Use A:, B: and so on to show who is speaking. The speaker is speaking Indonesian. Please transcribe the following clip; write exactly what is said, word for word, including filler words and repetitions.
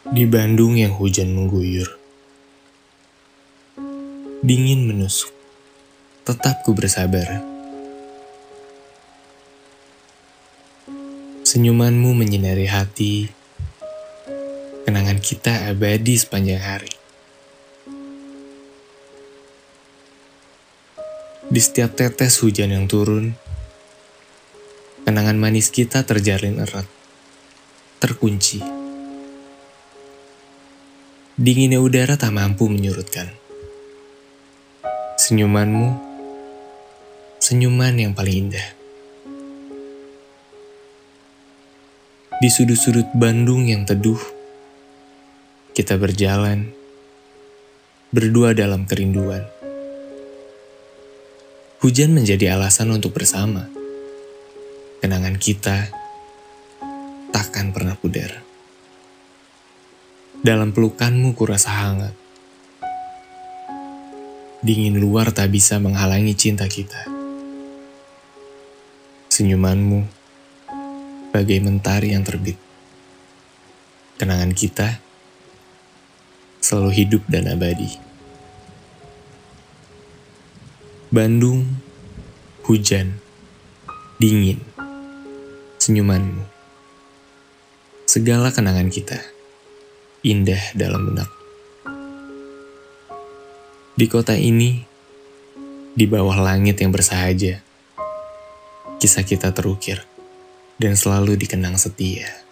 A: Di Bandung yang hujan mengguyur, dingin menusuk, tetap ku bersabar. Senyumanmu menyinari hati, kenangan kita abadi sepanjang hari. Di setiap tetes hujan yang turun, kenangan manis kita terjalin erat, terkunci. Dinginnya udara tak mampu menyurutkan. Senyumanmu, senyuman yang paling indah. Di sudut-sudut Bandung yang teduh, kita berjalan, berdua dalam kerinduan. Hujan menjadi alasan untuk bersama. Kenangan kita takkan pernah pudar. Dalam pelukanmu kurasa hangat. Dingin luar tak bisa menghalangi cinta kita. Senyumanmu bagai mentari yang terbit. Kenangan kita selalu hidup dan abadi. Bandung, hujan, dingin, senyumanmu. Segala kenangan kita indah dalam benak. Di kota ini, di bawah langit yang bersahaja, kisah kita terukir dan selalu dikenang setia.